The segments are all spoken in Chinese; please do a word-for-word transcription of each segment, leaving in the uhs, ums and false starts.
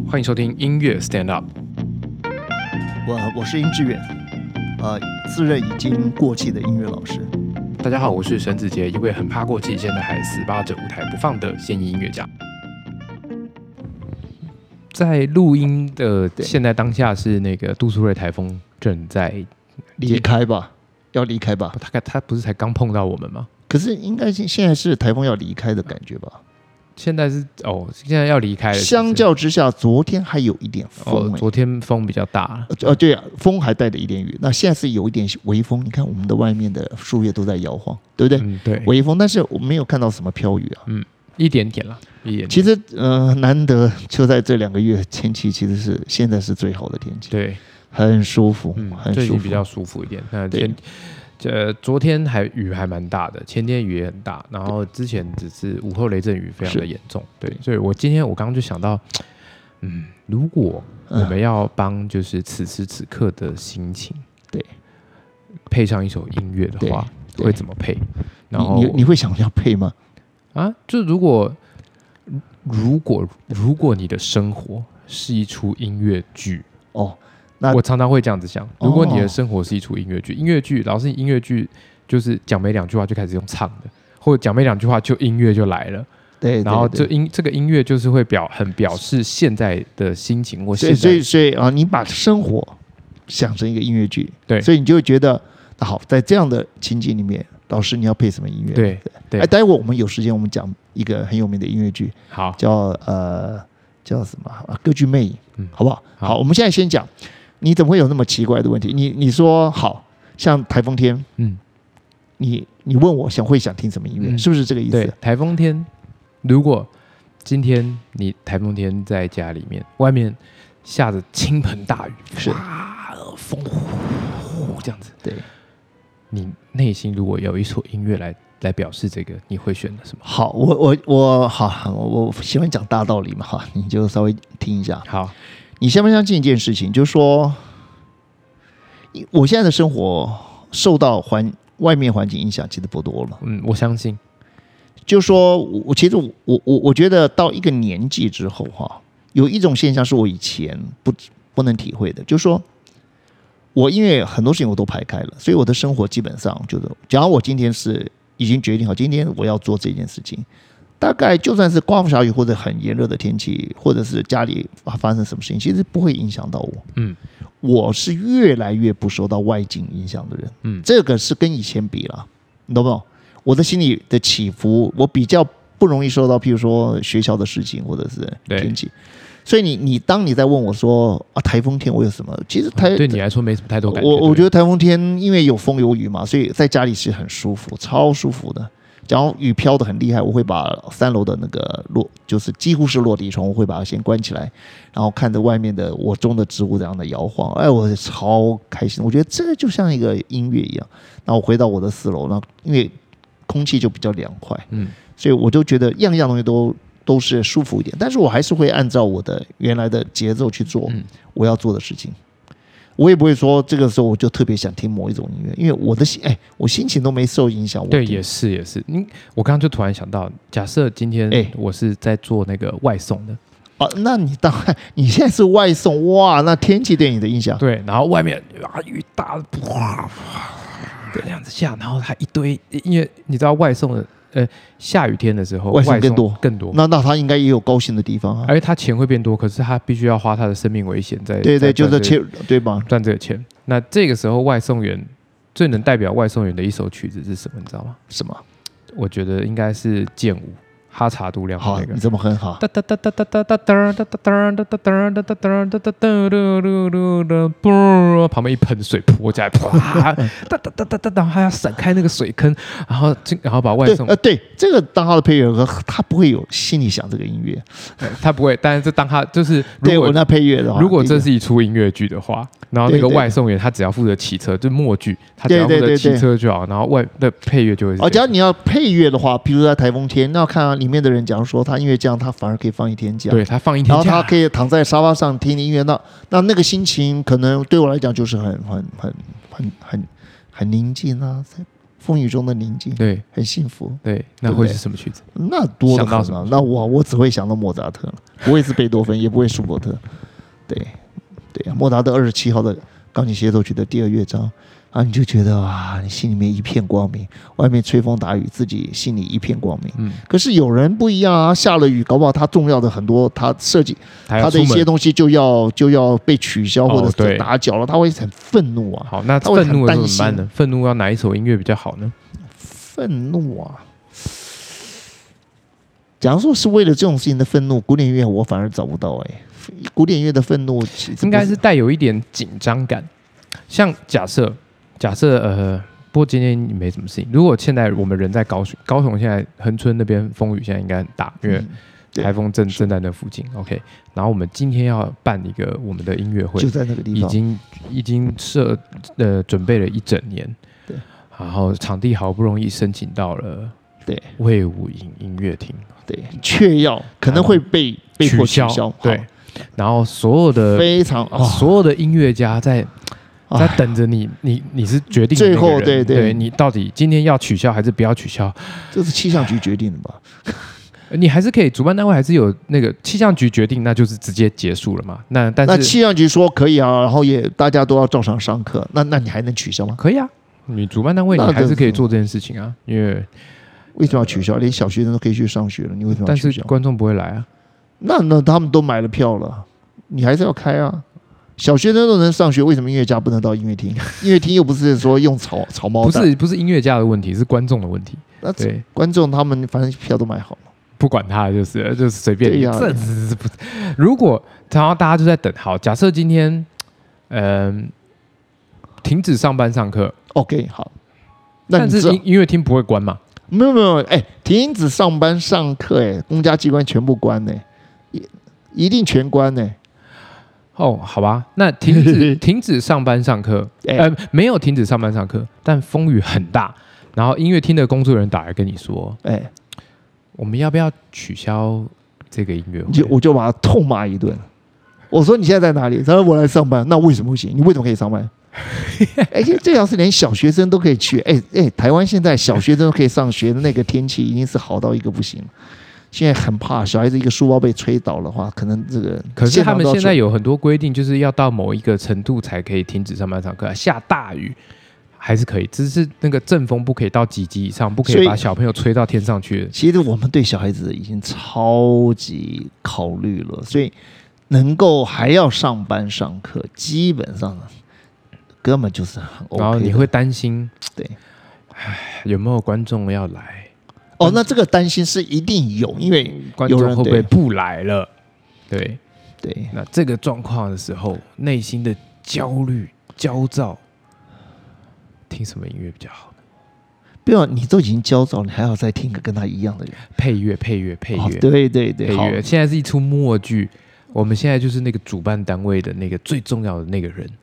欢迎收听音乐 Stand Up。 我我是殷志远，呃，自认已经过气的音乐老师。 大家好，我是沈子杰，一位很怕过气，现在还死扒着舞台不放的现役音乐家。在录音的现在当下是那个杜苏芮台风正在离开吧，要离开吧。 他他不是才刚碰到我们吗？ 可是应该现在是台风要离开的感觉吧？ 现在是哦，现在要离开了是不是。 相较之下，昨天还有一点风、欸哦，昨天风比较大。 呃，对啊，风还带着一点雨。那现在是有一点微风，你看我们的外面的树叶都在摇晃，对不对？ 嗯，对， 微风，但是我没有看到什么飘雨啊。 嗯，一点点啦，一点点。 其实呃，难得就在这两个月，天气其实是现在是最好的天气， 对， 很舒服， 嗯， 很舒服， 最近比较舒服一点。那天。呃，昨天还雨还蛮大的，前天雨也很大，然后之前只是午后雷阵雨非常的严重，对，所以我今天我刚刚就想到，嗯，如果我们要帮就是此时此刻的心情， 对， 配上一首音乐的话，会怎么配？然后你, 你, 你会想要配吗？ 啊，就如果如果如果你的生活是一出音乐剧哦。 我常常会这样子想，如果你的生活是一出音乐剧，音乐剧老是音乐剧就是讲没两句话就开始用唱的，或者讲没两句话就音乐就来了， 对， 然后这音这个音乐就是会表很表示现在的心情或现在， 所以所以啊，你把生活想成一个音乐剧， 对， 所以你就会觉得好，在这样的情景里面，老师你要配什么音乐？ 对对， 哎，待会我们有时间我们讲一个很有名的音乐剧， 好， 叫呃叫什么啊？歌剧魅影，嗯，好不好？ 好， 好，我们现在先讲。你怎么会有那么奇怪的问题？你你说好像台风天，嗯，你你问我想会想听什么音乐，嗯、是不是这个意思？ 对，台风天，如果今天你台风天在家里面，外面下着倾盆大雨， 是哇，风呼呼这样子， 对， 你内心如果有一首音乐来来表示这个，你会选的什么？ 好，我我我好，我喜欢讲大道理嘛，哈，你就稍微听一下， 好。 你相不相信一件事情，就是说，我现在的生活受到环外面环境影响，其实不多了。 嗯，我相信。 就是说我其实我我我觉得到一个年纪之后哈，有一种现象是我以前不不能体会的，就是说，我因为很多事情我都排开了，所以我的生活基本上就是，假如我今天是已经决定好，今天我要做这件事情。大概就算是刮风下雨或者很炎热的天气，或者是家里发生什么事情，其实不会影响到我。嗯，我是越来越不受到外境影响的人。嗯，这个是跟以前比了，你懂不懂？我的心里的起伏，我比较不容易受到，譬如说学校的事情或者是天气。所以你你当你在问我说啊台风天我有什么？其实台对你来说没什么太多感觉。 我我觉得台风天因为有风有雨嘛，所以在家里是很舒服，超舒服的。假如雨飘得很厉害，我会把三楼的那个落，就是几乎是落地窗，我会把它先关起来，然后看着外面的我种的植物这样的摇晃，哎，我超开心。我觉得这就像一个音乐一样。然后我回到我的四楼，然后因为空气就比较凉快，嗯，所以我就觉得样样东西都都是舒服一点。但是我还是会按照我的原来的节奏去做我要做的事情。我也不会说这个时候我就特别想听某一种音乐，因为我的心，哎，我心情都没受影响。 对，也是也是。嗯，我刚刚就突然想到，假设今天我是在做那个外送的， 哦，那你当然你现在是外送，哇，那天气对你的影响？ 对，然后外面啊雨大，哇，这样子下，然后还一堆，因为你知道外送的。呃，下雨天的时候， 外送更多， 更多。 那那他应该也有高兴的地方啊。 而且他钱会变多，可是他必须要花他的生命危险在。 对对，就是钱，对吧？ 赚这个钱。那这个时候，外送员最能代表外送员的一首曲子是什么？你知道吗？ 什么？ 我觉得应该是剑舞。哈查度量那个， 你这么很好。 旁边一盆水泼下来，啪！哒哒哒哒哒哒，还要闪开那个水坑，然后然后把外送。 呃，对，这个当他的配乐，他不会有心里想这个音乐， 他不会。但是这当他就是对我那配乐的话， 如果这是一出音乐剧的话，然后那个外送员他只要负责骑车，就默剧，他只要负责骑车就好，然后外的配乐就会。 哦，假如你要配乐的话，比如在台风天，那要看啊。里面的人讲说，他因为这样，他反而可以放一天假。 对，他放一天假， 然后他可以躺在沙发上听音乐，那那那个心情，可能对我来讲就是很很很很很很宁静啊，在风雨中的宁静， 对， 很幸福。 对，那会是什么曲子？ 那多的想到什么？ 那我我只会想到莫扎特了，不会是贝多芬，也不会舒伯特。对，对啊，莫扎特二十七号的钢琴协奏曲的第二乐章。啊，你就觉得啊，你心里面一片光明，外面吹风打雨，自己心里一片光明。嗯，可是有人不一样啊，下了雨，搞不好他重要的很多，他设计他的一些东西就要就要被取消或者是打搅了，哦、他会很愤怒啊。 好，那愤怒的时候怎么办呢？愤怒要哪一首音乐比较好呢？ 愤怒啊，假如说是为了这种事情的愤怒，古典音乐我反而找不到哎、欸。古典音乐的愤怒应该是带有一点紧张感，像假设。假设呃，不过今天没什么事情。如果现在我们人在高雄，高雄现在恒春那边风雨现在应该很大，因为台风正正在那附近。OK， 然后我们今天要办一个我们的音乐会， 就在那个地方， 已经已经设呃准备了一整年， 对， 然后场地好不容易申请到了， 对， 魏武营音乐厅， 对，却要可能会被被迫取消， 对，然后所有的非常、哦、 所有的音乐家在。在等着你，你你是决定的那个人， 最后对 对, 对，你到底今天要取消还是不要取消？ 这是气象局决定的吧？ 你还是可以，主办单位还是有那个气象局决定，那就是直接结束了嘛。那但是那气象局说可以啊，然后也大家都要照常上课，那那你还能取消吗？ 可以啊，你主办单位你还是可以做这件事情啊，因为为什么要取消？连小学生都可以去上学了，你为什么要取消？ 但是观众不会来啊。 那那他们都买了票了，你还是要开啊。小学生都能上学，为什么音乐家不能到音乐厅？音乐厅又不是说用草草帽蛋，不是不是音乐家的问题，是观众的问题。 那对观众他们反正票都买好了， 不管他就是就是随便你。这是不？如果然后大家就在等，好，假设今天嗯、呃、停止上班上课 ，OK 好，那但是音音乐厅不会关嘛？ 没有没有，哎、欸，停止上班上课，哎，公家机关全部关呢、欸，一定全关呢、欸。 哦，好吧，那停止停止上班上课，呃，没有停止上班上课，但风雨很大，然后音乐厅的工作人员打来跟你说，哎，我们要不要取消这个音乐会？ 就我就把他痛骂一顿。我说你现在在哪里？他说我来上班，那为什么不行？你为什么可以上班？而且这要是连小学生都可以去，哎哎，台湾现在小学生都可以上学的那个天气已经是好到一个不行了。现在很怕小孩子一个书包被吹倒的话，可能这个。 可是他们现在有很多规定，就是要到某一个程度才可以停止上班上课。下大雨还是可以，只是那个阵风不可以到几级以上，不可以把小朋友吹到天上去。 其实我们对小孩子已经超级考虑了，所以能够还要上班上课，基本上根本就是很 OK 的。 然后你会担心， 对， 有没有观众要来？ 哦，那这个担心是一定有，因为观众会不会不来了？对对， 那这个状况的时候，内心的焦虑、焦躁，听什么音乐比较好呢？ 不要，你都已经焦躁，你还要再听个跟他一样的人配乐、配乐、配乐，哦、 对对对， 配乐。现在是一出默剧，我们现在就是那个主办单位的那个最重要的那个人。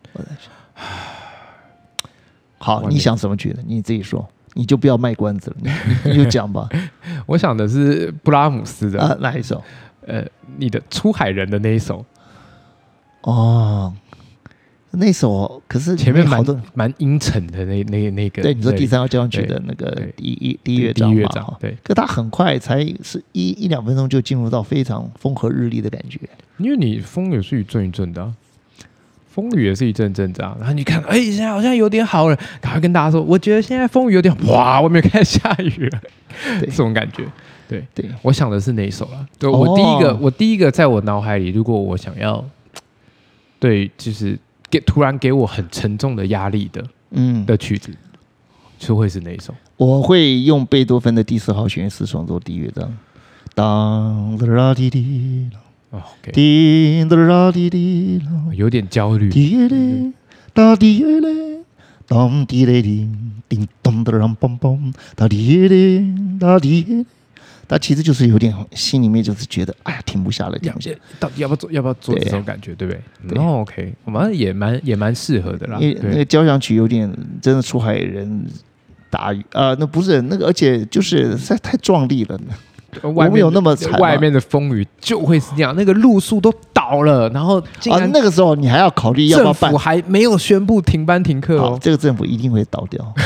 好，你想什么曲子？你自己说。你就不要卖关子了，你你就讲吧。 我想的是布拉姆斯的啊，哪一首？ 呃，你的出海人的那一首。 哦，那首可是前面蛮蛮阴沉的那那那个。 对，你说第三号交响曲的那个第一第一乐章嘛， 对。 可它很快才是一一两分钟就进入到非常风和日丽的感觉。 因为你风也是一阵一阵的、啊。风雨也是一阵阵子啊，然后你看，哎、欸，现在好像有点好了，赶快跟大家说，我觉得现在风雨有点，哇，外面开始下雨了，这种感觉。对对，我想的是哪一首啦？对、哦、我第一个，我第一个在我脑海里，如果我想要，对，就是给突然给我很沉重的压力的，嗯，的曲子，就会是哪一首？ 我会用贝多芬的第四号弦乐四重奏第一乐章，当啦滴滴。 哦，滴啦滴滴啦， 有点焦虑。 滴嘞，哒滴嘞，当滴嘞叮叮咚的啷梆梆，哒滴嘞，哒滴嘞，他其实就是有点心里面就是觉得，哎呀，停不下来，停不下来， 到底要不要做，要不要做这种感觉，对不对？对、嗯、，OK， 我们也蛮也蛮适合的啦。 因为那个交响曲有点真的出海人打雨啊、呃，那不是那个，而且就是太太壮丽了。 外面有那么惨， 外面的风雨就会是这样，那个路树都倒了，然后竟然、 啊、那个时候你还要考虑要不要办， 政府还没有宣布停班停课哦， 这个政府一定会倒掉，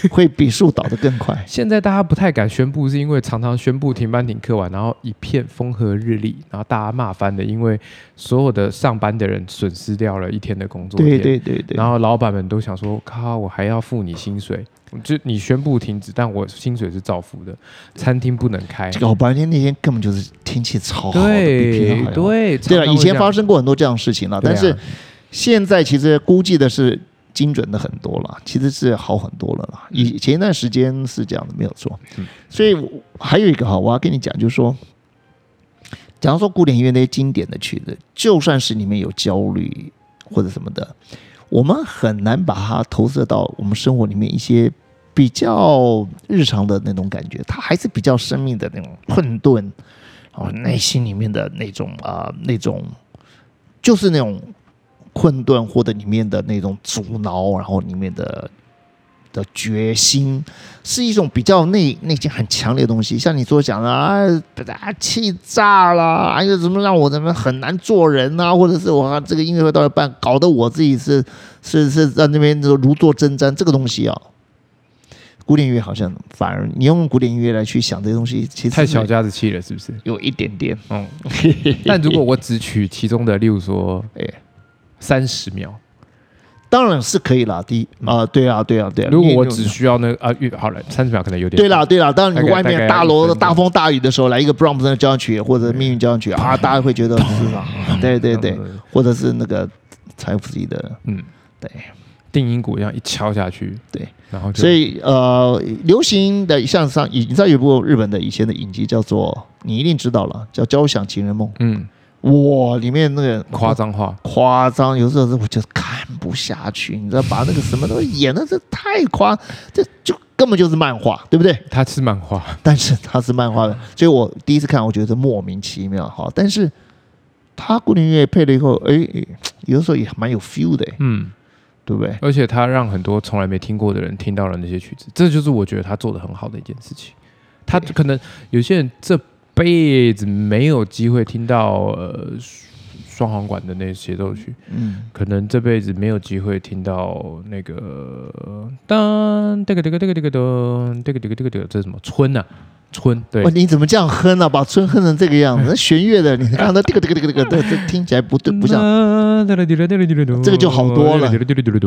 会比树倒得更快。 现在大家不太敢宣布，是因为常常宣布停班停课完，然后一片风和日丽，然后大家骂翻的，因为所有的上班的人损失掉了一天的工作天， 对对对对， 然后老板们都想说，靠，我还要付你薪水，就你宣布停止，但我薪水是照付的，餐厅不能开。 搞半天那天根本就是天气超好的， 对比平常还好对对了，以前发生过很多这样的事情了，但是现在其实估计的是精准的很多了，其实是好很多了啦。以前一段时间是这样的，没有错。 嗯、 所以还有一个哈，我要跟你讲，就是说，假如说古典音乐那些经典的曲子，就算是里面有焦虑或者什么的，我们很难把它投射到我们生活里面一些比较日常的那种感觉，它还是比较生命的那种困顿，哦，内心里面的那种啊、呃，那种就是那种困顿，或者里面的那种阻挠，然后里面的的决心，是一种比较内内心很强烈的东西。像你所讲的啊，啊气炸了，还有什么让我怎么很难做人啊，或者是我这个音乐会到一半，搞得我自己是是是在那边如坐针毡，这个东西啊。古典音乐好像反而你用古典音乐来去想这些东西，其实太小家子气了，是不是？ 有一点点， 嗯。但如果我只取其中的，例如说，哎，三十秒， 当然是可以啦。第一啊、呃，对啊，对啊，对啊。 如果我只需要那啊，好了，三十秒可能有点。 对啦，对啦。当然，你外面大楼大风大雨的时候，来一个 Brahms 的交响曲或者命运交响曲啊，大家会觉得是吧？对对对，或者是那个柴可夫斯基的，嗯，对。 定音鼓这样一敲下去， 对， 然后所以呃，流行的像上，你知道有部日本的以前的影集叫做，你一定知道了，叫《交响情人梦》。嗯，哇，里面那个夸张化， 夸张，有时候我就看不下去，你知道，把那个什么都演的这太夸，这就根本就是漫画，对不对？ 它是漫画， 但是它是漫画的，所以我第一次看，我觉得莫名其妙哈。但是他古典乐配了以后，哎，有的时候也蛮有 feel 的，嗯。对不对？ 而且他让很多从来没听过的人听到了那些曲子，这就是我觉得他做的很好的一件事情。他可能有些人这辈子没有机会听到呃双簧管的那协奏曲，嗯，可能这辈子没有机会听到那个当这个这个这个这个噔这个这个这个这个这是什么春啊？春对、 哦，你怎么这样哼呢、啊？把春哼成这个样子，那弦乐的，你看到这个这个这个这个，这听起来不对，不像，这个就好多了。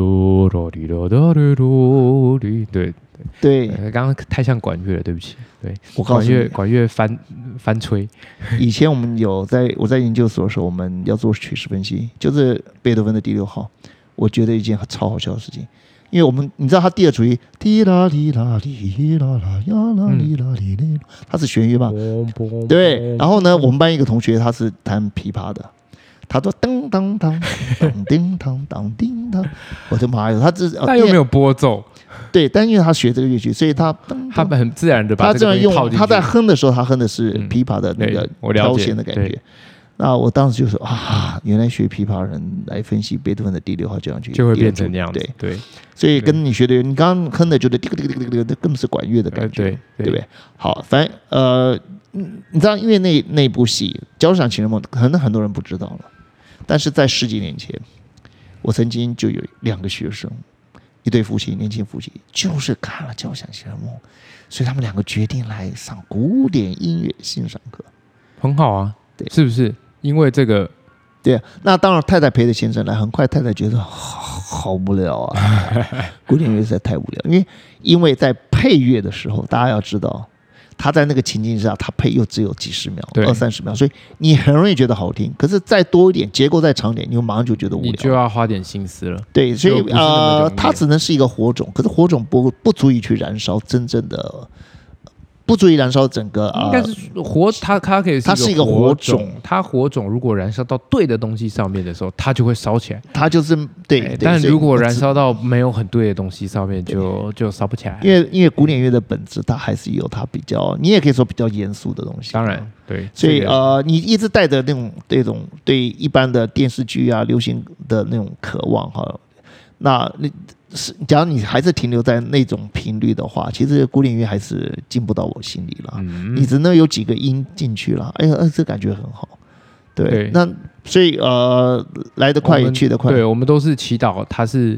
对对， 刚刚太像管乐了，对不起。对， 我告诉你， 管乐管乐翻翻吹。 以前我们有在我在研究所的时候，我们要做曲式分析，就是贝多芬的第六号，我觉得一件超好笑的事情。因为我们你知道他第二主义滴啦哩啦哩啦啦呀啦哩啦哩哩，他是弦乐吧？对。然后呢，我们班一个同学他是弹琵琶的，他说噔噔噔噔叮当当叮当，我的妈呀，他这他又没有拨奏， 对，但因为他学这个乐曲，所以他他很自然的把这个用他在哼的时候，他哼的是琵琶的那个挑弦的感觉。那我当时就说啊，原来学琵琶人来分析贝多芬的第六号交响曲就会变成那样子，对对，所以跟你学的，你刚刚哼的就是滴个滴个滴个滴个，根本是管乐的感觉， 对对不对？好，反正呃，你知道，因为那那部戏《交响情人梦》，可能很多人不知道了，但是在十几年前，我曾经就有两个学生，一对夫妻，年轻夫妻，就是看了《交响情人梦》，所以他们两个决定来上古典音乐欣赏课， 很好啊，对，是不是？因为这个， 对啊，那当然太太陪着先生来，很快太太觉得好, 好无聊啊，古典乐实在太无聊，因为因为在配乐的时候，大家要知道，他在那个情境下，他配又只有几十秒，二三十秒，所以你很容易觉得好听，可是再多一点，结构再长点，你马上就觉得无聊， 你就要花点心思了。 对，所以呃，它只能是一个火种，可是火种不不足以去燃烧真正的。不足以燃烧整个啊， 应该是火，它它可以是它是一个火种， 它火种如果燃烧到对的东西上面的时候，它就会烧起来。 它就是对，对但如果燃烧到没有很对的东西上面就，就就烧不起来。 因为因为古典乐的本质，它还是有它比较，你也可以说比较严肃的东西。 当然，对， 所以、这个、呃，你一直带着那种那种对一般的电视剧啊、流行的那种渴望哈，那你。是，假如你还是停留在那种频率的话，其实古典乐还是进不到我心里了。嗯、你只能有几个音进去了，哎呀，这感觉很好。对，对那所以呃，来得快也去得快。 对，我们都是祈祷它是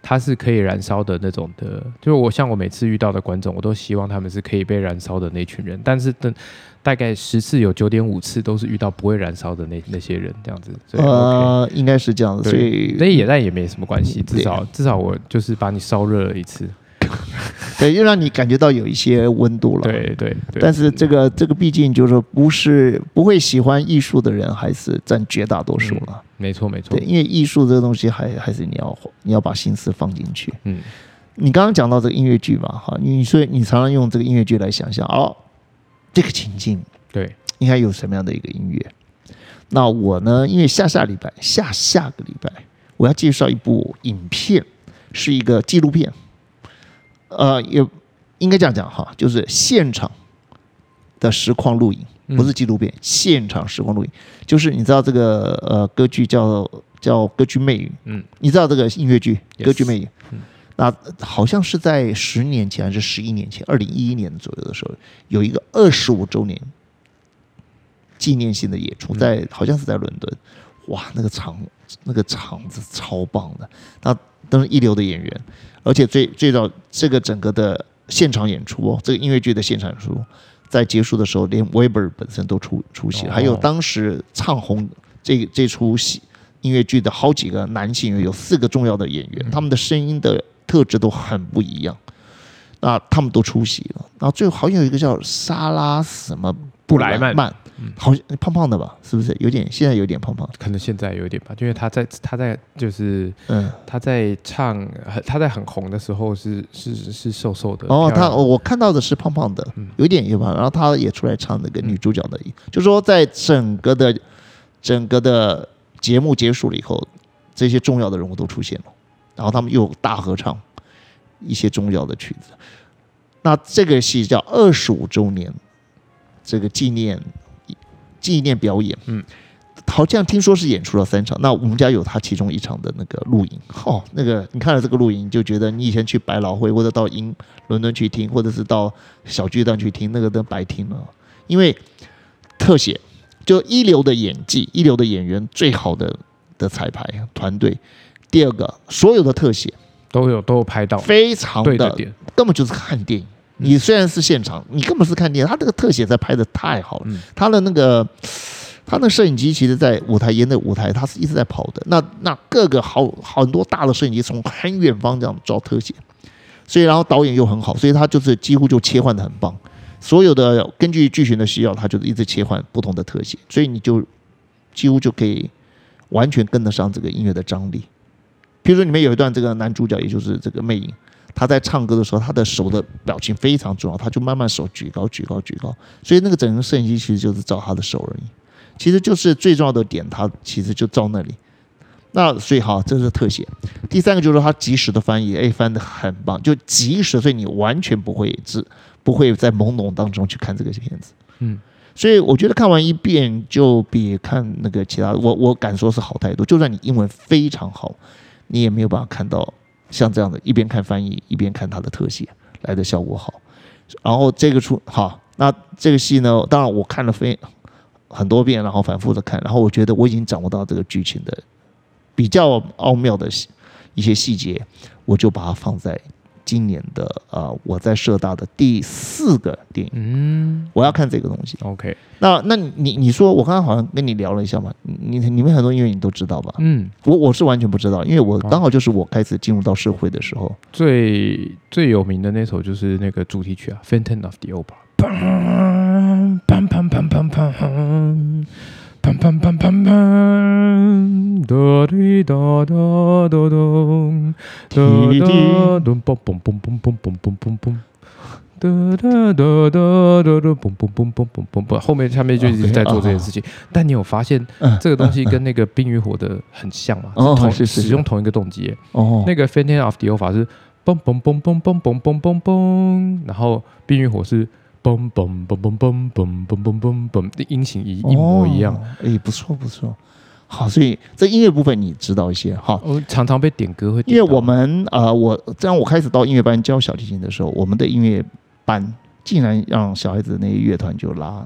它是可以燃烧的那种的，就我像我每次遇到的观众，我都希望他们是可以被燃烧的那群人，但是等大概十次有九点五次都是遇到不会燃烧的那那些人，这样子。所以呃， OK, 应该是这样子，所以那也但也没什么关系，至少至少我就是把你烧热了一次。 对，又让你感觉到有一些温度了。 对对对。 但是这个这个毕竟就是说不是不会喜欢艺术的人，还是占绝大多数了。嗯、 没错没错。 对，因为艺术这个东西还还是你要你要把心思放进去。 嗯。 你刚刚讲到这个音乐剧嘛，哈，你所以你常常用这个音乐剧来想象，哦，这个情境对应该有什么样的一个音乐？那我呢，因为下下礼拜下下个礼拜我要介绍一部影片，是一个纪录片。呃，也应该这样讲哈，就是现场的实况录影，不是纪录片，嗯、现场实况录影，就是你知道这个呃歌剧叫叫歌剧魅影，嗯，你知道这个音乐剧歌剧魅影，嗯，那好像是在十年前还是十一年前，二零一一年左右的时候，有一个二十五周年纪念性的演出，在、嗯、好像是在伦敦，哇，那个场那个场子超棒的，那都是一流的演员。而且最最早这个整个的现场演出哦，这个音乐剧的现场演出，在结束的时候，连 Weber 本身都出出席了，还有当时唱红这这出戏音乐剧的好几个男性演员，有四个重要的演员，他们的声音的特质都很不一样，那他们都出席了。然后最后好像有一个叫莎拉什么布莱曼， 嗯、好像胖胖的吧？是不是有点？现在有点胖胖， 可能现在有点吧，因为他在他在就是嗯他在唱他在很红的时候是是是瘦瘦的哦，他我看到的是胖胖的，有一点有胖，然后他也出来唱那个女主角的，嗯、就是说在整个的整个的节目结束了以后，这些重要的人物都出现了，然后他们又大合唱一些重要的曲子。那这个戏叫二十五周年这个纪念。纪念表演，嗯，好像听说是演出了三场。那我们家有他其中一场的那个录影，哦，那个你看了这个录影，就觉得你以前去百老汇或者到英伦敦去听，或者是到小巨蛋去听，那个都白听了，因为特写，就一流的演技，一流的演员，最好的的彩排团队。第二个，所有的特写都有都有拍到， 非常的，的根本就是看电影。你虽然是现场，你根本是看电影，他这个特写在拍的太好了。嗯、他的那个，他那摄影机其实，在舞台沿的舞台，他是一直在跑的。那那各个好很多大的摄影机从很远方这样照特写，所以然后导演又很好，所以他就是几乎就切换的很棒。所有的根据剧情的需要，他就是一直切换不同的特写，所以你就几乎就可以完全跟得上这个音乐的张力。比如说里面有一段，这个男主角也就是这个魅影。他在唱歌的时候，他的手的表情非常重要，他就慢慢手举高、举高、举高，所以那个整个摄影机其实就是照他的手而已，其实就是最重要的点，他其实就照那里。那所以好，这是特写。第三个就是他及时的翻译，哎，翻得很棒，就及时，所以你完全不会只不会在懵懂当中去看这个片子。嗯，所以我觉得看完一遍就比看那个其他的，我我敢说是好太多。就算你英文非常好，你也没有办法看到。像这样的，一边看翻译，一边看它的特写，来的效果好。然后这个出好，那这个戏呢，当然我看了非很多遍，然后反复的看，然后我觉得我已经掌握到这个剧情的比较奥妙的一些细节，我就把它放在今年的呃我在社大的第四个电影，嗯，我要看这个东西。 OK， 那那你你说我刚刚好像跟你聊了一下嘛，你你们很多音乐你都知道吧？嗯，我我是完全不知道，因为我刚好就是我开始进入到社会的时候， 最最有名的那首就是那个主题曲啊，《Phantom of the Opera》。砰砰砰砰砰砰。砰砰砰砰砰，哒滴哒哒哒咚，哒哒咚，嘣嘣嘣嘣嘣嘣嘣嘣嘣，哒哒哒哒哒哒，嘣嘣嘣嘣嘣嘣嘣。后面下面就一直在做这件事情，但你有发现这个东西跟那个《冰与火》的很像吗？ 哦， 是使用同一个动机。哦，那个《Phantom of the Opera》是嘣嘣嘣嘣嘣嘣嘣嘣嘣，然后《冰与火》是。嘣嘣嘣嘣嘣嘣嘣嘣嘣嘣，音型一一模一样。 哎、哦，不错不错。好，所以这音乐部分你知道一些哈。 我常常被点歌会点， 因为我们呃，我这样我开始到音乐班教小提琴的时候，我们的音乐班竟然让小孩子那些乐团就拉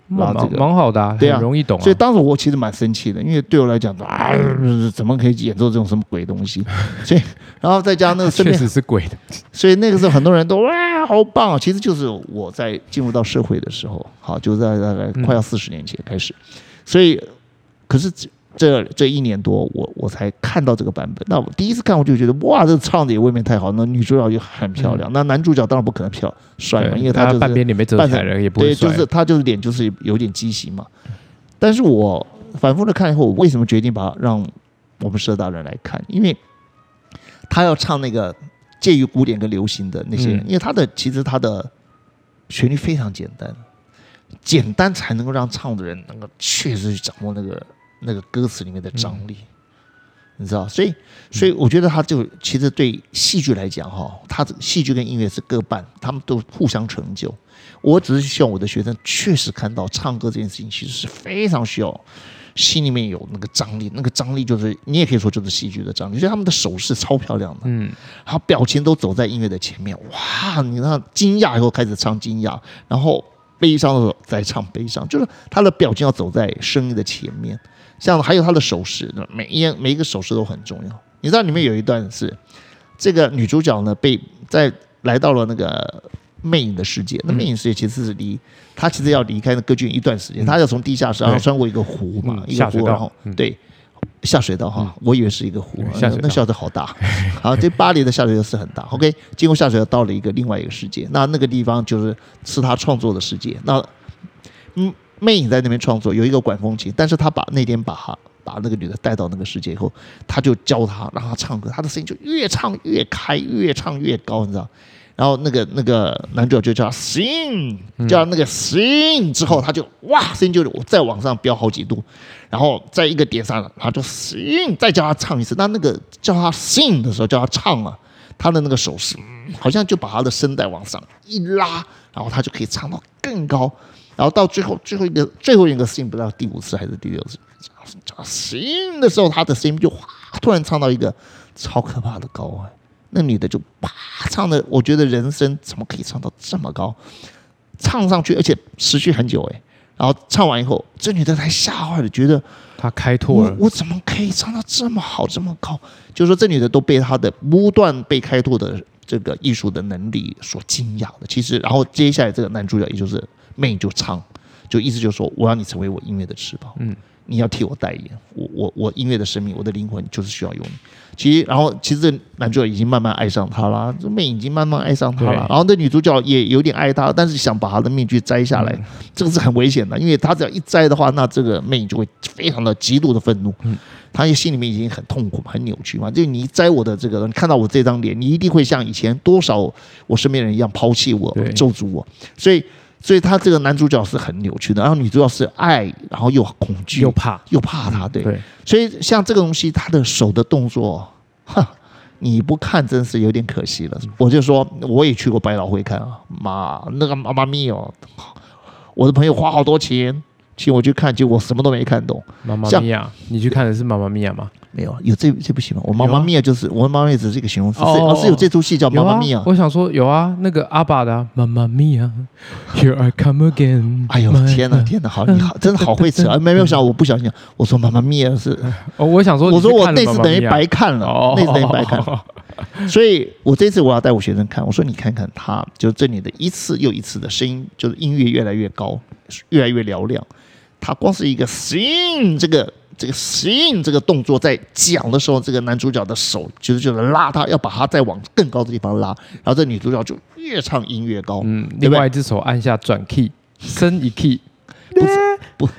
拉这个蛮好的啊， 对啊， 很容易懂啊。 所以当时我其实蛮生气的，因为对我来讲，啊，怎么可以演奏这种什么鬼东西？所以，然后再加上那个身边确实是鬼的， 所以那个时候很多人都哇好棒啊！其实就是我在进入到社会的时候，好，就在大概快要四十年前开始，嗯、所以可是这这一年多，我我才看到这个版本。那我第一次看，我就觉得哇，这唱的也未免太好。那女主角就很漂亮，嗯、那男主角当然不可能漂帅嘛，因为他就是半边脸被遮起来也不会帅。 对，就是他就是脸就是有点畸形嘛。但是我反复的看以后，我为什么决定把让我们社大人来看？因为他要唱那个介于古典跟流行的那些人，嗯、因为他的其实他的旋律非常简单，简单才能够让唱的人能够确实去掌握那个那个歌词里面的张力，嗯、你知道？所以，所以我觉得他就其实对戏剧来讲，哈，他戏剧跟音乐是各半，他们都互相成就。我只是希望我的学生确实看到唱歌这件事情，其实是非常需要心里面有那个张力，那个张力就是你也可以说就是戏剧的张力，就是他们的手势超漂亮的，嗯，然后表情都走在音乐的前面，哇，你看惊讶以后开始唱惊讶，然后悲伤的时候再唱悲伤，就是他的表情要走在声音的前面，像还有他的手势，每一每一个手势都很重要。你知道里面有一段是这个女主角呢被在来到了那个魅影的世界，那魅影世界其实是离他其实要离开那歌剧院一段时间，他、嗯、要从地下室然后穿过一个湖嘛，嗯、一个湖，然后、嗯、对下水道哈、嗯，我以为是一个湖，嗯、那那下水道好大，好，这巴黎的下水道是很大。OK， 经过下水道到了一个另外一个世界，那那个地方就是是他创作的世界。那嗯，魅影在那边创作，有一个管风琴，但是他把那天把他把那个女的带到那个世界以后，他就教她让她唱歌，她的声音就越唱越开，越唱越高，你知道。然后那个那个男主角就叫他 sing， 叫他那个 sing 之后，他就哇声音就再往上飙好几度，然后在一个点上，他就 sing， 再叫他唱一次。那那个叫他 sing 的时候，叫他唱啊，他的那个手势好像就把他的声带往上一拉，然后他就可以唱到更高。然后到最后最后一个最后一个 sing 不知道第五次还是第六次，叫他 sing 的时候，他的声音就突然唱到一个超可怕的高啊！那女的就啪唱的，我觉得人声怎么可以唱到这么高？唱上去，而且持续很久哎。然后唱完以后，这女的才吓坏了，觉得她开拓了， 我, 我怎么可以唱到这么好这么高？就是说，这女的都被她的不断被开拓的这个艺术的能力所惊讶的。其实，然后接下来这个男主角也就是妹就唱，就意思就是说，我要你成为我音乐的翅膀，嗯，你要替我代言，我我我音乐的生命，我的灵魂就是需要有你。其实，然后其实这男主角已经慢慢爱上她了，这妹已经慢慢爱上他了。然后这女主角也有点爱他，但是想把他的面具摘下来，嗯、这个是很危险的，因为他只要一摘的话，那这个妹就会非常的极度的愤怒。嗯，他心里面已经很痛苦、很扭曲嘛。就你一摘我的这个，你看到我这张脸，你一定会像以前多少我身边人一样抛弃我、咒诅我。所以。所以他这个男主角是很扭曲的，然后女主角是爱，然后又恐惧， 又怕， 又怕他，对。 对， 所以像这个东西，他的手的动作，哈，你不看真是有点可惜了。我就说，我也去过百老汇看啊，妈，那个妈妈咪哦，我的朋友花好多钱请我去看，结果我什么都没看懂。 妈妈咪呀，你去看的是妈妈咪呀吗？ 没有，有这这部戏吗？我妈妈咪呀就是我妈妈咪只是一个形容词，而、哦、是有这出戏叫妈妈咪呀。 我想说有啊，那个阿爸的妈妈咪呀 ，Here I come again。 哎呦天哪天哪，好你好，真的好会扯啊！没有想我不小心，我说妈妈咪呀是， 哦，我想说， 我说我那次等于白看了，哦、那次等于白看了。所以我这次我要带我学生看，我说你看看他，就这里的一次又一次的声音，就是音乐越来越高，越来越嘹亮。他光是一个 sing 这个。这个 sing 这个动作在讲的时候，这个男主角的手就是就是拉他，要把他再往更高的地方拉，然后这女主角就越唱音越高。嗯， 另外一只手按下转 key， 升一 key， 不是不，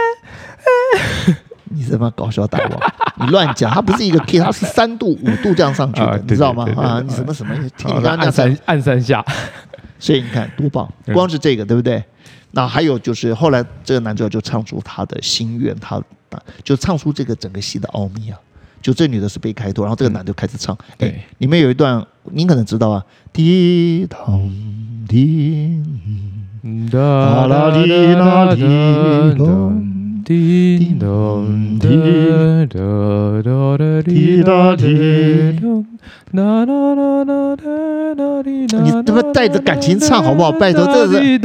你他妈搞笑大王，你乱讲，它不是一个 key， 它是三度五度这样上去的，啊、你知道吗？啊，你什么什么，听你刚刚按三按三下， 所以你看多棒，光是这个对不对？那还有就是后来这个男主角就唱出他的心愿，他就唱出这个整个戏的奥秘啊！就这女的是被开拓，然后这个男的开始唱。哎、嗯，里面有一段您可能知道啊，滴当滴哒啦滴啦滴咚滴咚滴哒滴答滴，你他妈带着感情唱好不好？拜托，这是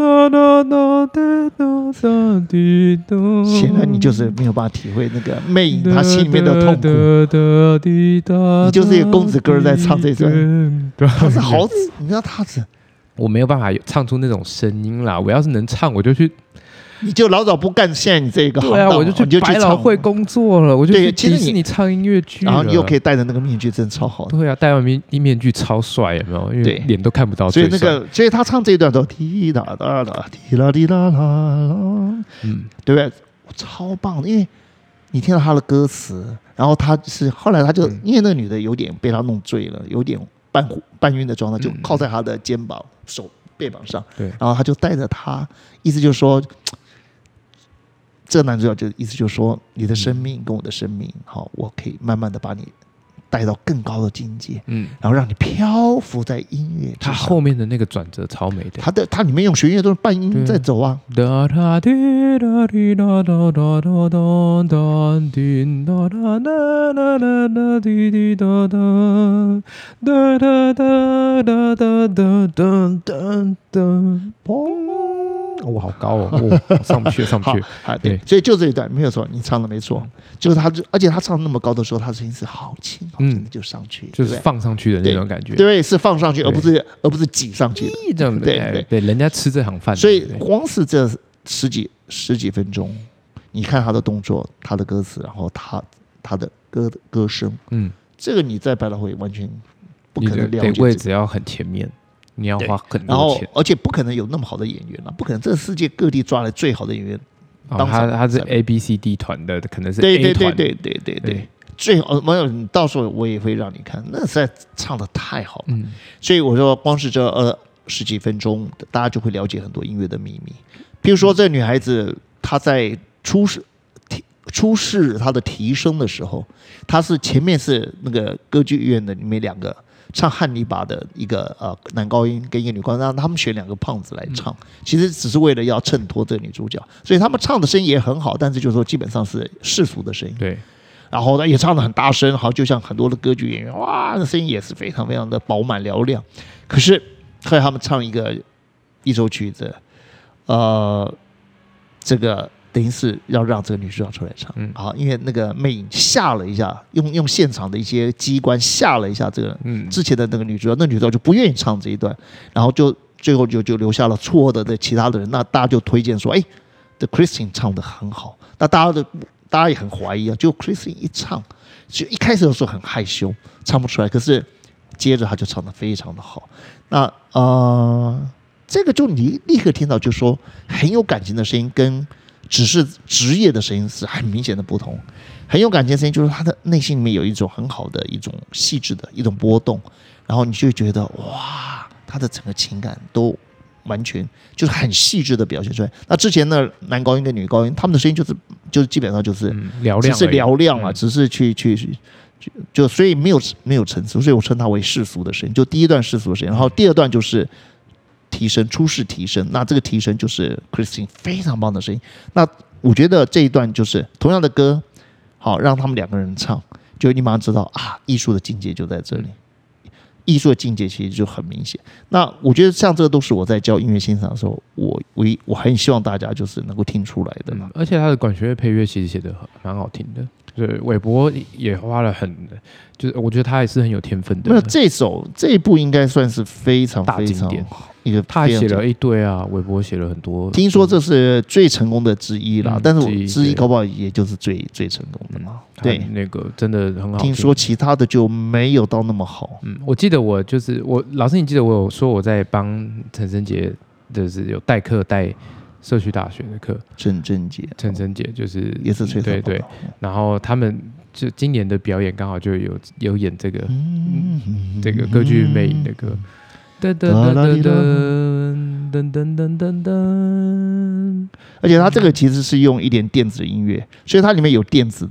显然你就是没有办法体会那个魅影他心里面的痛苦。你就是一个公子哥在唱这段，他是好，你知道他是。 我没有办法唱出那种声音啦，我要是能唱，我就去， 你就老早不干现在你这个行当， 对啊，我就去百老汇工作了，我就去迪士尼唱音乐剧， 然后你又可以戴着那个面具，真的超好的。 对啊，戴完面面具超帅，有没有？因为脸都看不到， 所以那个，所以他唱这一段都滴答答答，滴啦滴啦啦啦，嗯，对不对？超棒的，因为你听到他的歌词，然后他是后来他就、嗯、因为那个女的有点被他弄醉了，有点半半晕的状态，就靠在他的肩膀、嗯、手背膀上， 对， 然后他就带着他，意思就是说，这个男主角就意思就是说，你的生命跟我的生命，好，我可以慢慢的把你带到更高的境界，嗯，然后让你漂浮在音乐之上。 他后面的那个转折超美的， 他的他里面用弦乐都是半音在走啊。哒哒滴哒滴哒哒哒哒哒哒滴哒哒哒哒哒哒滴滴哒哒哒哒哒哒哒哒哒哒哒，砰！ 我、哦、好高哦，哦上不去，上不去。 啊，对，所以就这一段没有错，你唱的没错，就是他，而且他唱那么高的时候，他的声音是好轻，好轻的就上去， 就是放上去的那种感觉。 对，是放上去，而不是而不是挤上去的。 对对对，人家吃这行饭。 所以光是这十几十几分钟，你看他的动作、他的歌词，然后他他的歌歌声，嗯，这个你在百老汇完全不可能了解、这个。 位置要很前面。你要花很多钱， 而且不可能有那么好的演员了，不可能。这个世界各地抓来最好的演员， 哦、他他是 A B C D 团的，可能是 A 团，对对对对对对对，最好没有。到时候我也会让你看，那实在唱的太好了。嗯，所以我说，光是这呃十几分钟，大家就会了解很多音乐的秘密。譬如说，这个女孩子她在初试初试她的提升的时候，她是前面是那个歌剧院的里面两个。唱汉尼拔的一个呃男高音跟一个女高音，让他们选两个胖子来唱，嗯、其实只是为了要衬托这个女主角，所以他们唱的声音也很好，但是就是说基本上是世俗的声音。 对， 然后呢也唱得很大声，好就像很多的歌剧演员，哇，那声音也是非常非常的饱满嘹亮。可是后来他们唱一个一首曲子，呃，这个。等于是要让这个女主角出来唱，嗯，啊，因为那个魅影吓了一下，用用现场的一些机关吓了一下这个之前的那个女主角，那女主角就不愿意唱这一段，然后就最后就就留下了错的的其他的人，那大家就推荐说，哎，这 Christine 唱得很好，那大家的大家也很怀疑啊，就 Christine 一唱，就一开始的时候很害羞，唱不出来，可是接着他就唱得非常的好，那呃，这个就你立刻听到，就说很有感情的声音跟。只是职业的声音是很明显的不同，很有感情的声音就是他的内心里面有一种很好的一种细致的一种波动，然后你就会觉得哇，他的整个情感都完全就是很细致的表现出来。那之前的男高音跟女高音，他们的声音就是就是基本上就是嘹亮， 只是嘹亮啊，只是去去去就所以没有没有层次，所以我称它为世俗的声音。就第一段世俗的声音，然后第二段就是。提升初试提升，那这个提升就是 Christine 非常棒的声音。那我觉得这一段就是同样的歌，好让他们两个人唱，就你马上知道啊，艺术的境界就在这里。艺术的境界其实就很明显。那我觉得像这个都是我在教音乐欣赏的时候，我我我很希望大家就是能够听出来的嘛。 嗯、而且他的管弦乐配乐其实写的蛮好听的。对，韦伯也花了很，就是我觉得他也是很有天分的。 那这首这一部应该算是非常非常一个， 他写了一堆啊，韦伯写了很多。 听说这是最成功的之一啦，嗯、但是我之一搞不好也就是最最成功的嘛。嗯、对， 那个真的很好听。 听说其他的就没有到那么好。 嗯，我记得我就是我老师，你记得我有说我在帮陈升杰，就是有代课带。社区大学的课， 陈真杰， 陈真杰就是也是吹对对，然后他们就今年的表演刚好就有有演这个、嗯、这个歌剧魅影的歌，噔噔噔噔噔噔噔噔噔， 而且他这个其实是用一点电子音乐，所以它里面有电子的，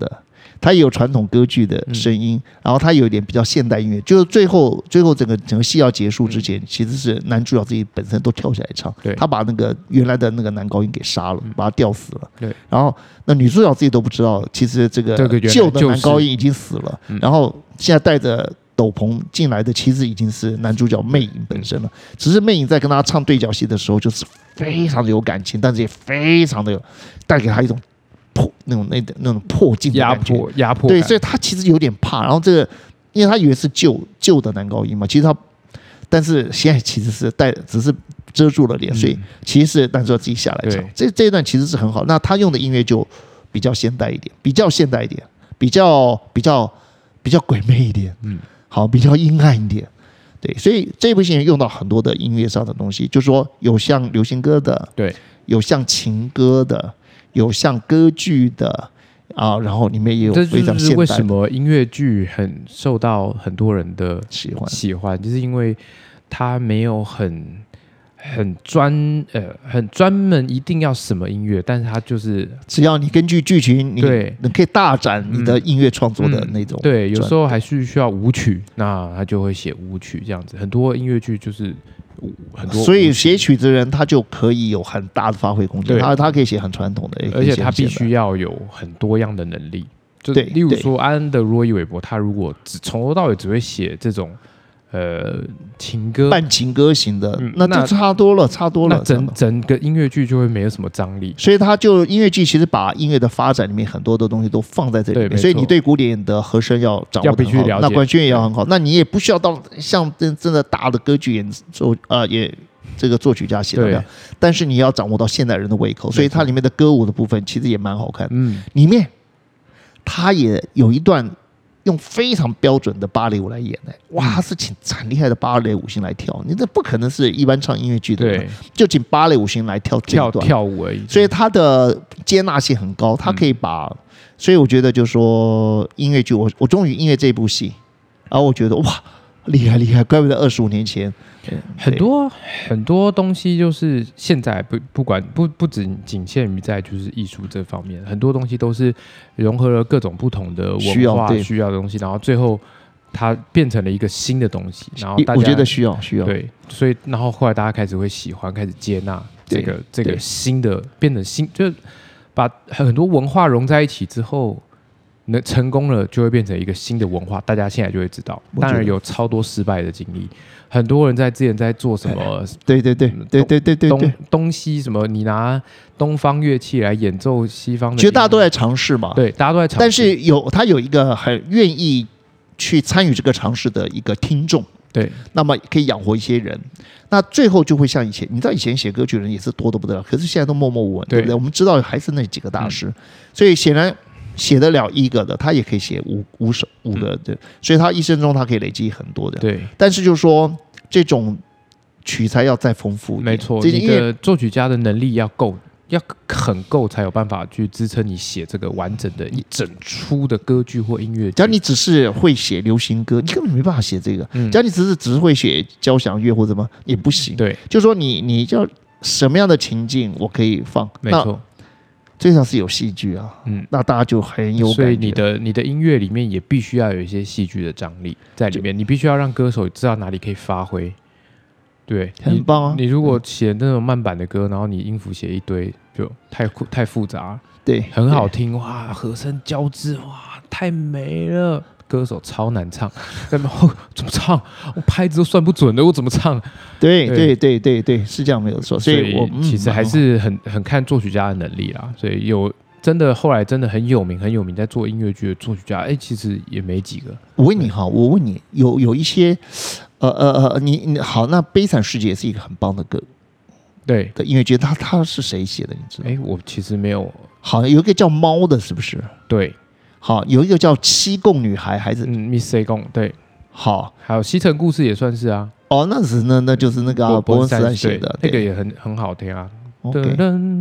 它也有传统歌剧的声音，嗯、然后它有一点比较现代音乐，就是最后最后整个整个戏要结束之前，嗯、其实是男主角自己本身都跳起来唱，他把那个原来的那个男高音给杀了，嗯、把他吊死了。对，然后那女主角自己都不知道，其实这个旧的男高音已经死了，嗯、然后现在带着斗篷进来的，其实已经是男主角魅影本身了。嗯、只是魅影在跟他唱对角戏的时候，就是非常的有感情，但是也非常的有带给他一种。破那种那那种破镜的压迫压迫， 对，所以他其实有点怕。然后这个，因为他以为是旧旧的男高音嘛，其实他，但是现在其实是带，只是遮住了脸，嗯、所以其实是男主角自己下来唱。这这一段其实是很好。那他用的音乐就比较现代一点，比较现代一点，比较比较比较鬼魅一点，嗯，好，比较阴暗一点。对，所以这部戏用到很多的音乐上的东西，就是说有像流行歌的， 对， 有像情歌的。有像歌剧的啊，然后里面也有非常现代的。 这就是为什么音乐剧很受到很多人的喜欢， 喜欢，就是因为它没有很很专呃很专门一定要什么音乐，但是它就是只要你根据剧情，你对， 你可以大展你的音乐创作的那种、 嗯嗯。对，有时候还是需要舞曲，那他就会写舞曲这样子。很多音乐剧就是。很多， 所以写曲子的人他就可以有很大的发挥空间，他他可以写很传统的， 而且他必须要有很多样的能力。就例如说安德罗伊韦伯，他如果只从头到尾只会写这种呃情歌、 半情歌型的，嗯、那就差多了，差多了。 那整整个音乐剧就会没有什么张力。 所以他就音乐剧其实把音乐的发展里面很多的东西都放在这里面，所以你对古典的和声要掌握得很好，那管弦乐也要很好，那你也不需要到像真真的大的歌剧演奏呃也。这个作曲家写的那样，但是你要掌握到现代人的胃口，所以它里面的歌舞的部分其实也蛮好看。嗯，里面他也有一段用非常标准的芭蕾舞来演的，哇，他是请很厉害的芭蕾舞星来跳，你这不可能是一般唱音乐剧的人，就请芭蕾舞星来跳跳跳舞而已。 所以他的接纳性很高，他可以把，嗯、所以我觉得就是说音乐剧，我我终于因为这部戏，然后我觉得哇。厉害厉害，怪不得二十五年前很多很多东西就是现在不不管不不只仅限于在就是艺术这方面，很多东西都是融合了各种不同的文化需要的东西，然后最后它变成了一个新的东西，然后大家我觉得需要需要对，所以然后后来大家开始会喜欢，开始接纳这个这个新的变成新，就是把很多文化融在一起之后。能成功了，就会变成一个新的文化，大家现在就会知道。当然有超多失败的经历，很多人在之前在做什么？ 对对对对对对对东东西什么？你拿东方乐器来演奏西方的， 其实大家都在尝试嘛。 对，大家都在尝试。 但是有他有一个很愿意去参与这个尝试的一个听众， 对， 那么可以养活一些人。那最后就会像以前，你知道以前写歌曲的人也是多得不得了，可是现在都默默无闻， 对, 对不对？我们知道还是那几个大师，嗯、所以显然。写得了一个的，他也可以写五五首五个的，所以他一生中他可以累积很多的。 对， 但是就是说这种取材要再丰富一点， 没错，你的作曲家的能力要够，要很够，才有办法去支撑你写这个完整的一整出的歌剧或音乐剧。 假如你只是会写流行歌，你根本没办法写这个。嗯，假如你只是只是会写交响乐或者什么也不行。 对， 就是说你你要什么样的情境我可以放， 没错。 最少是有戏剧啊，嗯，那大家就很有感觉。 所以你的你的音乐里面也必须要有一些戏剧的张力在里面，你必须要让歌手知道哪里可以发挥。对， 很棒啊！ 你如果写那种慢板的歌，然后你音符写一堆，就太太复杂。 对， 很好听哇，和声交织哇，太美了。歌手超难唱，怎么怎么唱？我拍子都算不准的，我怎么唱？ 对对对对对，是这样没有错。所以我其实还是很很看作曲家的能力啦。所以有真的后来真的很有名很有名在做音乐剧的作曲家，哎，其实也没几个。 我问你哈，我问你，有有一些呃呃呃，你你好，那《悲惨世界》是一个很棒的歌， 对的音乐剧，他他是谁写的？你知道？ 哎，我其实没有。 好像有一个叫猫的，是不是？ 对。 好，有一个叫七贡女孩，还是嗯 ，Miss C 贡对， 好， 还有西城故事也算是啊。 哦，那是那那就是那个、啊、伯恩斯坦写的， 那个也很很好听啊。 Okay.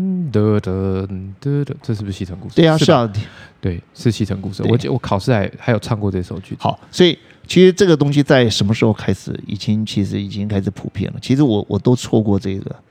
这是不是西城故事？ 对啊，是啊， 对，是西城故事。我我考试还还有唱过这首曲子。 好，所以其实这个东西在什么时候开始，已经其实已经开始普遍了。其实我我都错过这个。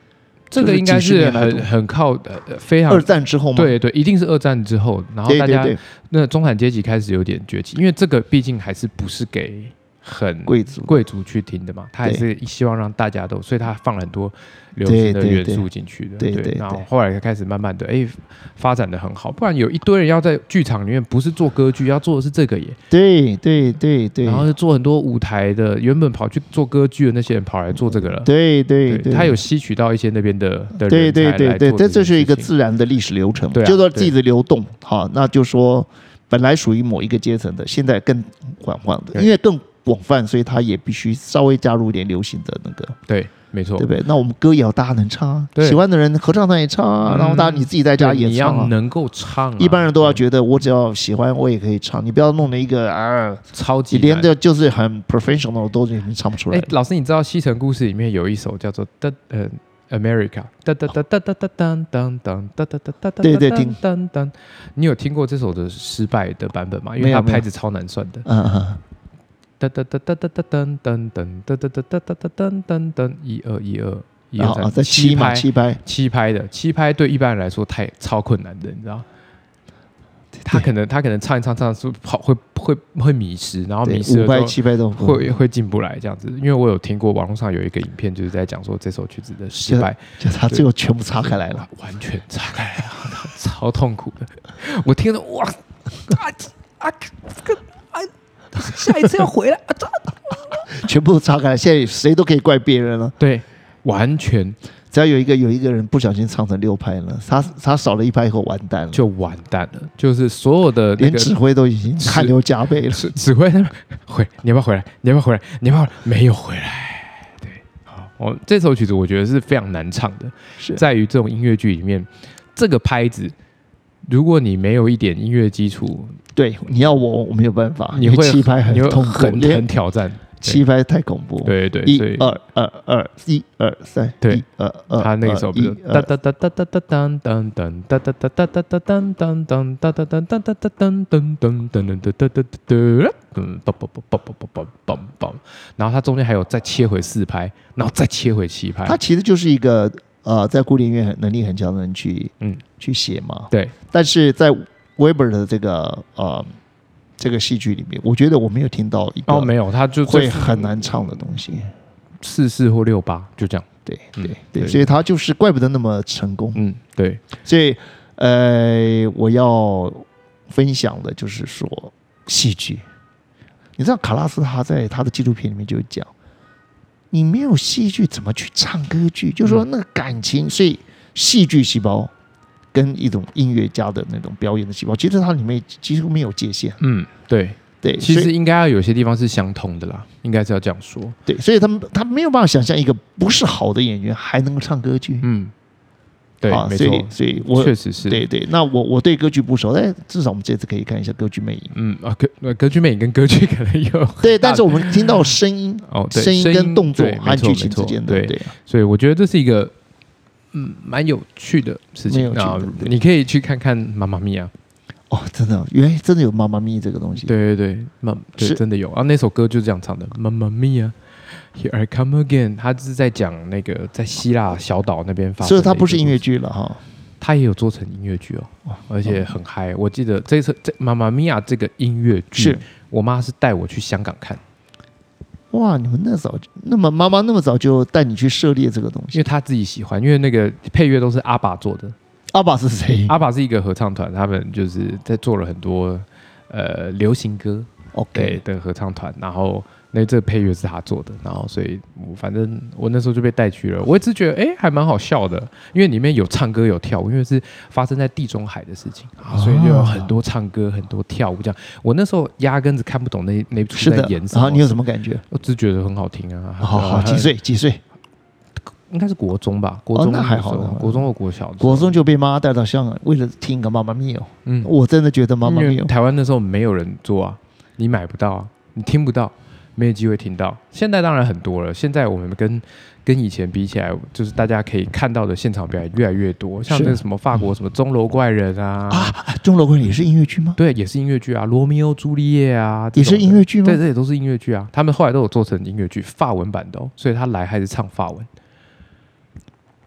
这个应该是很很靠呃非常二战之后吗？ 对对，一定是二战之后，然后大家对对对那中产阶级开始有点崛起，因为这个毕竟还是不是给很贵族贵族去听的嘛，他还是希望让大家都，所以他放了很多流行的元素进去的， 对对对对， 然后后来开始慢慢的哎发展的很好，不然有一堆人要在剧场里面不是做歌剧，要做的是这个耶， 对对对对， 然后就做很多舞台的，原本跑去做歌剧的那些人跑来做这个了， 对对对， 他有吸取到一些那边的的人才对对对对，这这是一个自然的历史流程， 对啊， 就说自己的流动，好，那就说本来属于某一个阶层的，现在更广泛的，因为更广泛，所以他也必须稍微加入一点流行的那个， 对，没错， 对不对？那我们歌也要大家能唱，喜欢的人合唱团也唱，然后大家你自己在家也唱， 你要能够唱， 一般人都要觉得我只要喜欢我也可以唱，你不要弄了一个啊超级连的就是很 professional 都你唱不出来。 哎，老师，你知道《西城故事》里面有一首叫做的呃 America， 哒哒哒哒哒哒当当当哒哒哒哒哒， 对对听当当，你有听过这首的失败的版本吗？因为它拍子超难算的。 嗯嗯。 哒哒哒哒哒哒噔噔噔哒哒哒哒哒哒噔噔噔，一二一二一二三， 在七拍七拍七拍的七拍对一般人来说太超困难的，你知道？他可能他可能唱一唱唱是跑会会会迷失，然后迷失了五拍七拍都会会进不来这样子。因为我有听过网络上有一个影片，就是在讲说这首曲子的失败， 就他最后全部岔开来了， 完全岔开来了，超痛苦的。我听到哇啊啊这个啊，下一次要回来啊， 全部岔开来，现在谁都可以怪别人了。 对，完全。 只要有一个有一个人不小心唱成六拍了，他他少了一拍以后完蛋了， 就完蛋了。就是所有的、那个、 连指挥都已经汗流浃背了。 指挥回，你要不要回来？你要不要回来？你要不要？没有回来。对，好，我这首曲子我觉得是非常难唱的， 是在于这种音乐剧里面，这个拍子，如果你没有一点音乐基础， 对，你要我我没有办法， 你会七拍很痛苦， 很很挑战。 七拍太恐怖， 对对， 一二二二一二三， 对， 一二二， 他那个时候不是哒哒哒哒哒哒当当当哒哒哒哒哒哒当当当哒哒哒哒哒哒当当当当当哒哒哒哒，嗯，嘣嘣嘣嘣嘣嘣嘣嘣，然后他中间还有再切回四拍，然后再切回七拍， 他其实就是一个呃，在古典音乐能力很强的人去嗯去写嘛， 对， 但是在 Weber 的这个呃。这个戏剧里面，我觉得我没有听到一个哦，没有，他就会很难唱的东西， 四四或六八就这样， 对对对，所以他就是怪不得那么成功， 嗯，对， 所以呃，我要分享的就是说戏剧，你知道卡拉斯他在他的纪录片里面就讲，你没有戏剧怎么去唱歌剧？就是说那个感情，所以戏剧细胞。跟一种音乐家的那种表演的细胞，其实它里面几乎没有界限。 嗯，对对， 其实应该要有些地方是相通的啦，应该是要这样说。 对，所以他们他没有办法想象一个不是好的演员还能够唱歌剧。 嗯，对， 啊， 没错， 所以所以我确实是对对。那我我对歌剧不熟，但至少我们这次可以看一下《歌剧魅影》。 嗯啊，歌歌剧魅影跟歌剧可能有对，但是我们听到声音哦， 声音跟动作和剧情之间的对， 所以我觉得这是一个。嗯，蛮有趣的事情啊！你可以去看看《妈妈咪呀》 哦，真的，原来真的有《妈妈咪》这个东西。 对对对，妈，对，真的有啊！那首歌就是这样唱的，《妈妈咪呀》，Here I come again。他是在讲那个在希腊小岛那边发生， 所以它不是音乐剧了哈。 他也有做成音乐剧哦，而且很嗨。我记得这一次这《妈妈咪呀》这个音乐剧，我妈是带我去香港看。 哇！你们那早，那么妈妈那么早就带你去涉猎这个东西， 因为她自己喜欢，因为那个配乐都是阿爸做的。 阿爸是谁？ 阿爸是一个合唱团，他们就是在做了很多呃流行歌 OK 的合唱团，然后那这个配乐是他做的，然后所以我反正我那时候就被带去了，我一直觉得哎还蛮好笑的，因为里面有唱歌有跳舞，因为是发生在地中海的事情啊，所以就有很多唱歌很多跳舞这样。我那时候压根子看不懂那那出在演什么， 然后你有什么感觉？ 我只觉得很好听啊。 好好，几岁？几岁？ 应该是国中吧，国中、 哦、那还好， 国中或国小， 国中就被妈妈带到香港，为了听个妈妈咪哦。嗯，我真的觉得妈妈咪哦， 台湾那时候没有人做啊，你买不到啊，你听不到，没有机会听到。现在当然很多了，现在我们跟跟以前比起来，就是大家可以看到的现场表演越来越多，像那什么法国什么钟楼怪人啊， 啊，钟楼怪人也是音乐剧吗？ 对，也是音乐剧啊，罗密欧朱丽叶啊， 也是音乐剧吗？ 对，这也都是音乐剧啊，他们后来都有做成音乐剧，法文版的哦，所以他来还是唱法文。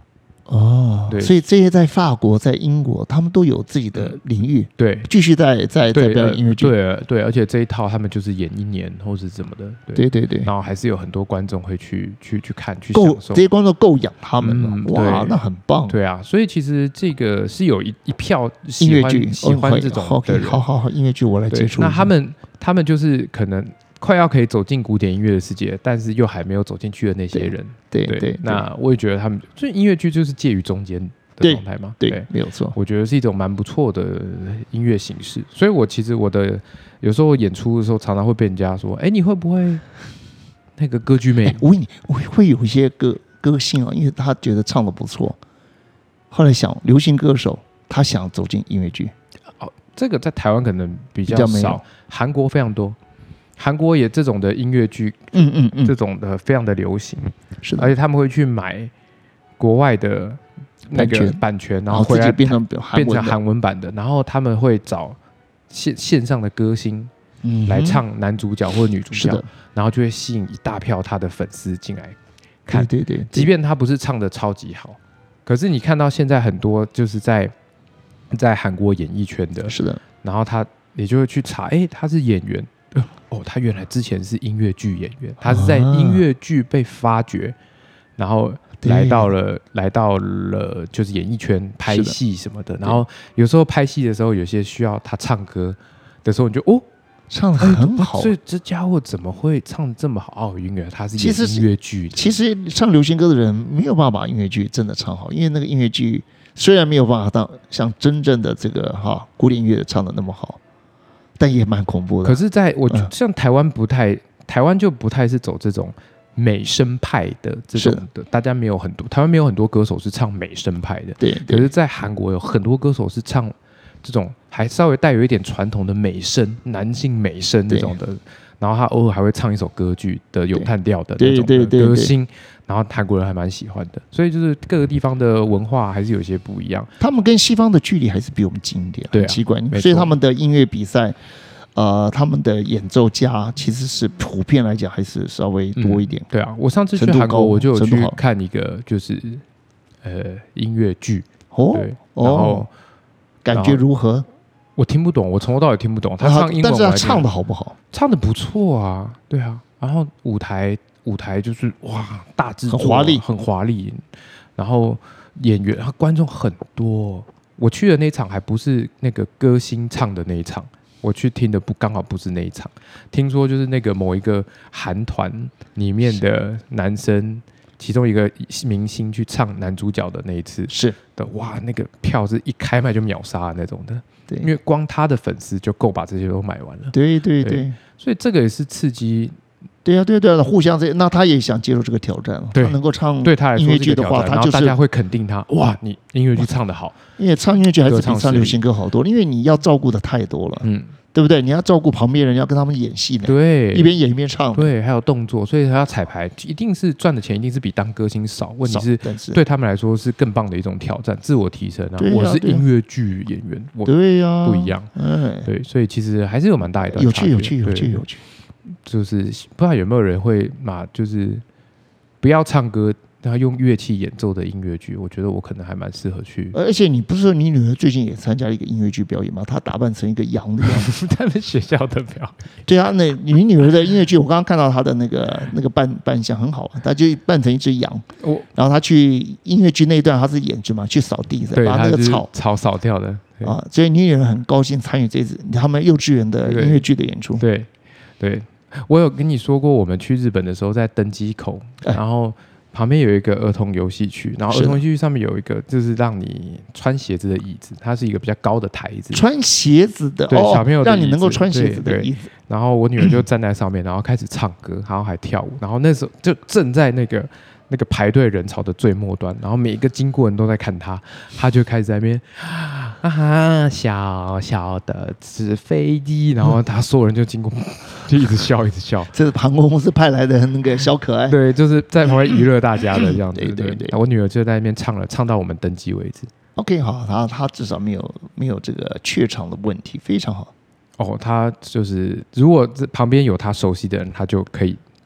哦， 对， 所以这些在法国、在英国，他们都有自己的领域， 对， 继续在在在表演音乐剧， 对对，而且这一套他们就是演一年或是怎么的， 对对对， 然后还是有很多观众会去去去看去够享受， 这些观众够养他们了， 嗯、 哇，那很棒， 对啊，所以其实这个是有一一票喜欢音乐剧喜欢这种的人， 好好好，音乐剧我来接触。 那他们他们就是可能快要可以走进古典音乐的世界，但是又还没有走进去的那些人， 对对对， 那我也觉得他们，所以音乐剧就是介于中间的状态嘛， 对，对没有错。 我觉得是一种蛮不错的音乐形式，所以我其实我的有时候演出的时候，常常会被人家说：“哎，你会不会那个歌剧魅影？” 我问你，我会有一些歌歌星啊，因为他觉得唱的不错，后来想流行歌手，他想走进音乐剧。 哦，这个在台湾可能比较少，韩国非常多。韩国也这种的音乐剧， 嗯嗯嗯， 这种的非常的流行， 是的， 而且他们会去买国外的那个版权，然后回来变成变成韩文版的，然后他们会找线线上的歌星来唱男主角或女主角，然后就会吸引一大票他的粉丝进来看， 对对对， 即便他不是唱的超级好，可是你看到现在很多就是在在韩国演艺圈的， 是的， 然后他也就会去查，哎，他是演员。哦，他原来之前是音乐剧演员，他是在音乐剧被发掘，啊、然后来到了来到了就是演艺圈拍戏什么的。然后有时候拍戏的时候，有些需要他唱歌的时候，你就哦， 唱得很好。 所以这家伙怎么会唱得这么好？哦，原来他是演音乐剧。 其实唱流行歌的人没有办法把音乐剧真的唱好，因为那个音乐剧虽然没有办法当像真正的这个哈古典音乐唱的那么好。但也蛮恐怖的。 可是在我像台湾不太，台湾就不太是走这种美声派的这种的，大家没有很多，台湾没有很多歌手是唱美声派的。 对。 可是，在韩国有很多歌手是唱这种还稍微带有一点传统的美声，男性美声那种的。然后他偶尔还会唱一首歌剧的咏叹调的那种的歌星，然后韩国人还蛮喜欢的。所以就是各个地方的文化还是有些不一样。 他们跟西方的距离还是比我们近一点， 对、啊， 很奇怪。所以他们的音乐比赛，呃，他们的演奏家其实是普遍来讲还是稍微多一点。 嗯、对啊，我上次去韩国我就有去看一个就是呃音乐剧哦， 对，然后、 哦、感觉如何？ 我听不懂，我从头到尾听不懂。他唱英文， 但是他唱的好不好？ 唱的不错啊，对啊。然后舞台舞台就是哇，大制作， 很华丽， 很华丽。然后演员，然后观众很多。我去的那一场还不是那个歌星唱的那一场，我去听的不刚好不是那一场。听说就是那个某一个韩团里面的男生，其中一个明星去唱男主角的那一次是的，哇，那个票是一开卖就秒杀的那种的。 对， 因为光他的粉丝就够把这些都买完了。 对对 对, 对， 所以这个也是刺激。 对啊，对啊对啊，互相这，那他也想接受这个挑战了。他能够唱对他来说音乐剧的话，他就是大家会肯定他。哇，你音乐剧唱得好， 因为唱音乐剧还是比唱流行歌好多，因为你要照顾的太多了。嗯。对不对？你要照顾旁边人，要跟他们演戏呢。 对， 一边演一边唱。 对，还有动作，所以他要彩排，一定是赚的钱一定是比当歌星少。问题是，对他们来说是更棒的一种挑战，自我提升啊！我是音乐剧演员，我对呀， 不一样。嗯，对，所以其实还是有蛮大一段有趣，有趣，有趣，有趣。 就是不知道有没有人会嘛，就是不要唱歌。他用乐器演奏的音乐剧，我觉得我可能还蛮适合去。 而且你不是说你女儿最近也参加了一个音乐剧表演吗？她打扮成一个羊的样子， 他们学校的表演。 对啊，那你女儿的音乐剧，我刚刚看到她的那个那个扮扮相很好，她就扮成一只羊。哦、然后她去音乐剧那一段，她是演什么？去扫地，把那个草草扫掉的啊。所以你女儿很高兴参与这次他们幼稚园的音乐剧的演出。 对对，我有跟你说过，我们去日本的时候在登机口，哎、然后。旁边有一个儿童游戏区，然后儿童游戏区上面有一个就是让你穿鞋子的椅子，它是一个比较高的台子。 穿鞋子的， 对，小朋友的让你能够穿鞋子的椅子。 然后我女儿就站在上面，然后开始唱歌，然后还跳舞。然后那时候就正在那个那个排队人潮的最末端，然后每一个经过人都在看她，她就开始在那边啊哈，小小的纸飞机，然后她所有人就经过。就一直笑，一直笑。 这是航空公司派来的那个小可爱， 对，就是在旁边娱乐大家的样子。 对对 对, 对， 我女儿就在那边唱了，唱到我们登机为止。 OK， 好，她她至少没有没有这个怯场的问题，非常好。 哦，她就是如果旁边有她熟悉的人，她就可以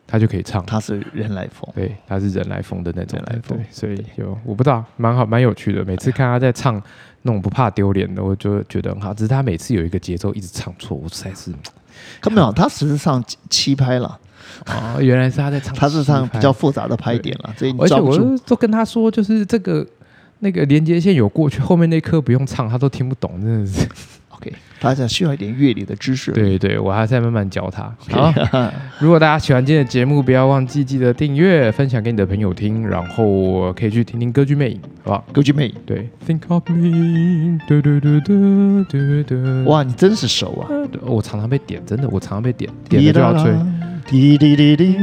他就可以唱。 他是人来疯， 对，他是人来疯的那种人来疯对，所以有我不知道，蛮好，蛮有趣的。每次看他在唱那种不怕丢脸的，我就觉得很好。只是他每次有一个节奏一直唱错，我实在是看没有？他实际上七拍了。 哦，原来是他在唱， 他是唱比较复杂的拍点了，所以你而且抓不住。 我都跟他说，就是这个那个连接线有过去，后面那颗不用唱，他都听不懂，真的是。 OK， 他还需要一点乐理的知识。 对对，我还在慢慢教他。好，如果大家喜欢今天的节目，不要忘记记得订阅、分享给你的朋友听，然后可以去听听歌剧魅影，好不好？ 歌剧魅影， 对 ，Think of me， 嘟嘟嘟嘟嘟嘟。哇， 你真是熟啊！ 我常常被点，真的，我常常被点，点了就要吹。 滴滴滴滴，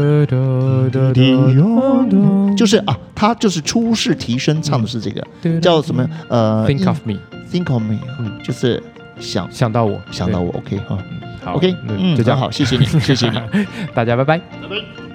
就是啊，他就是初试提升唱的是这个，叫什么？呃 ，Think of me，Think of me， 嗯，就是想想到我， 想到我 ，OK 哈， 好 ，OK， 嗯， 就这样， 好，谢谢你，谢谢你， 大家拜拜， 拜拜。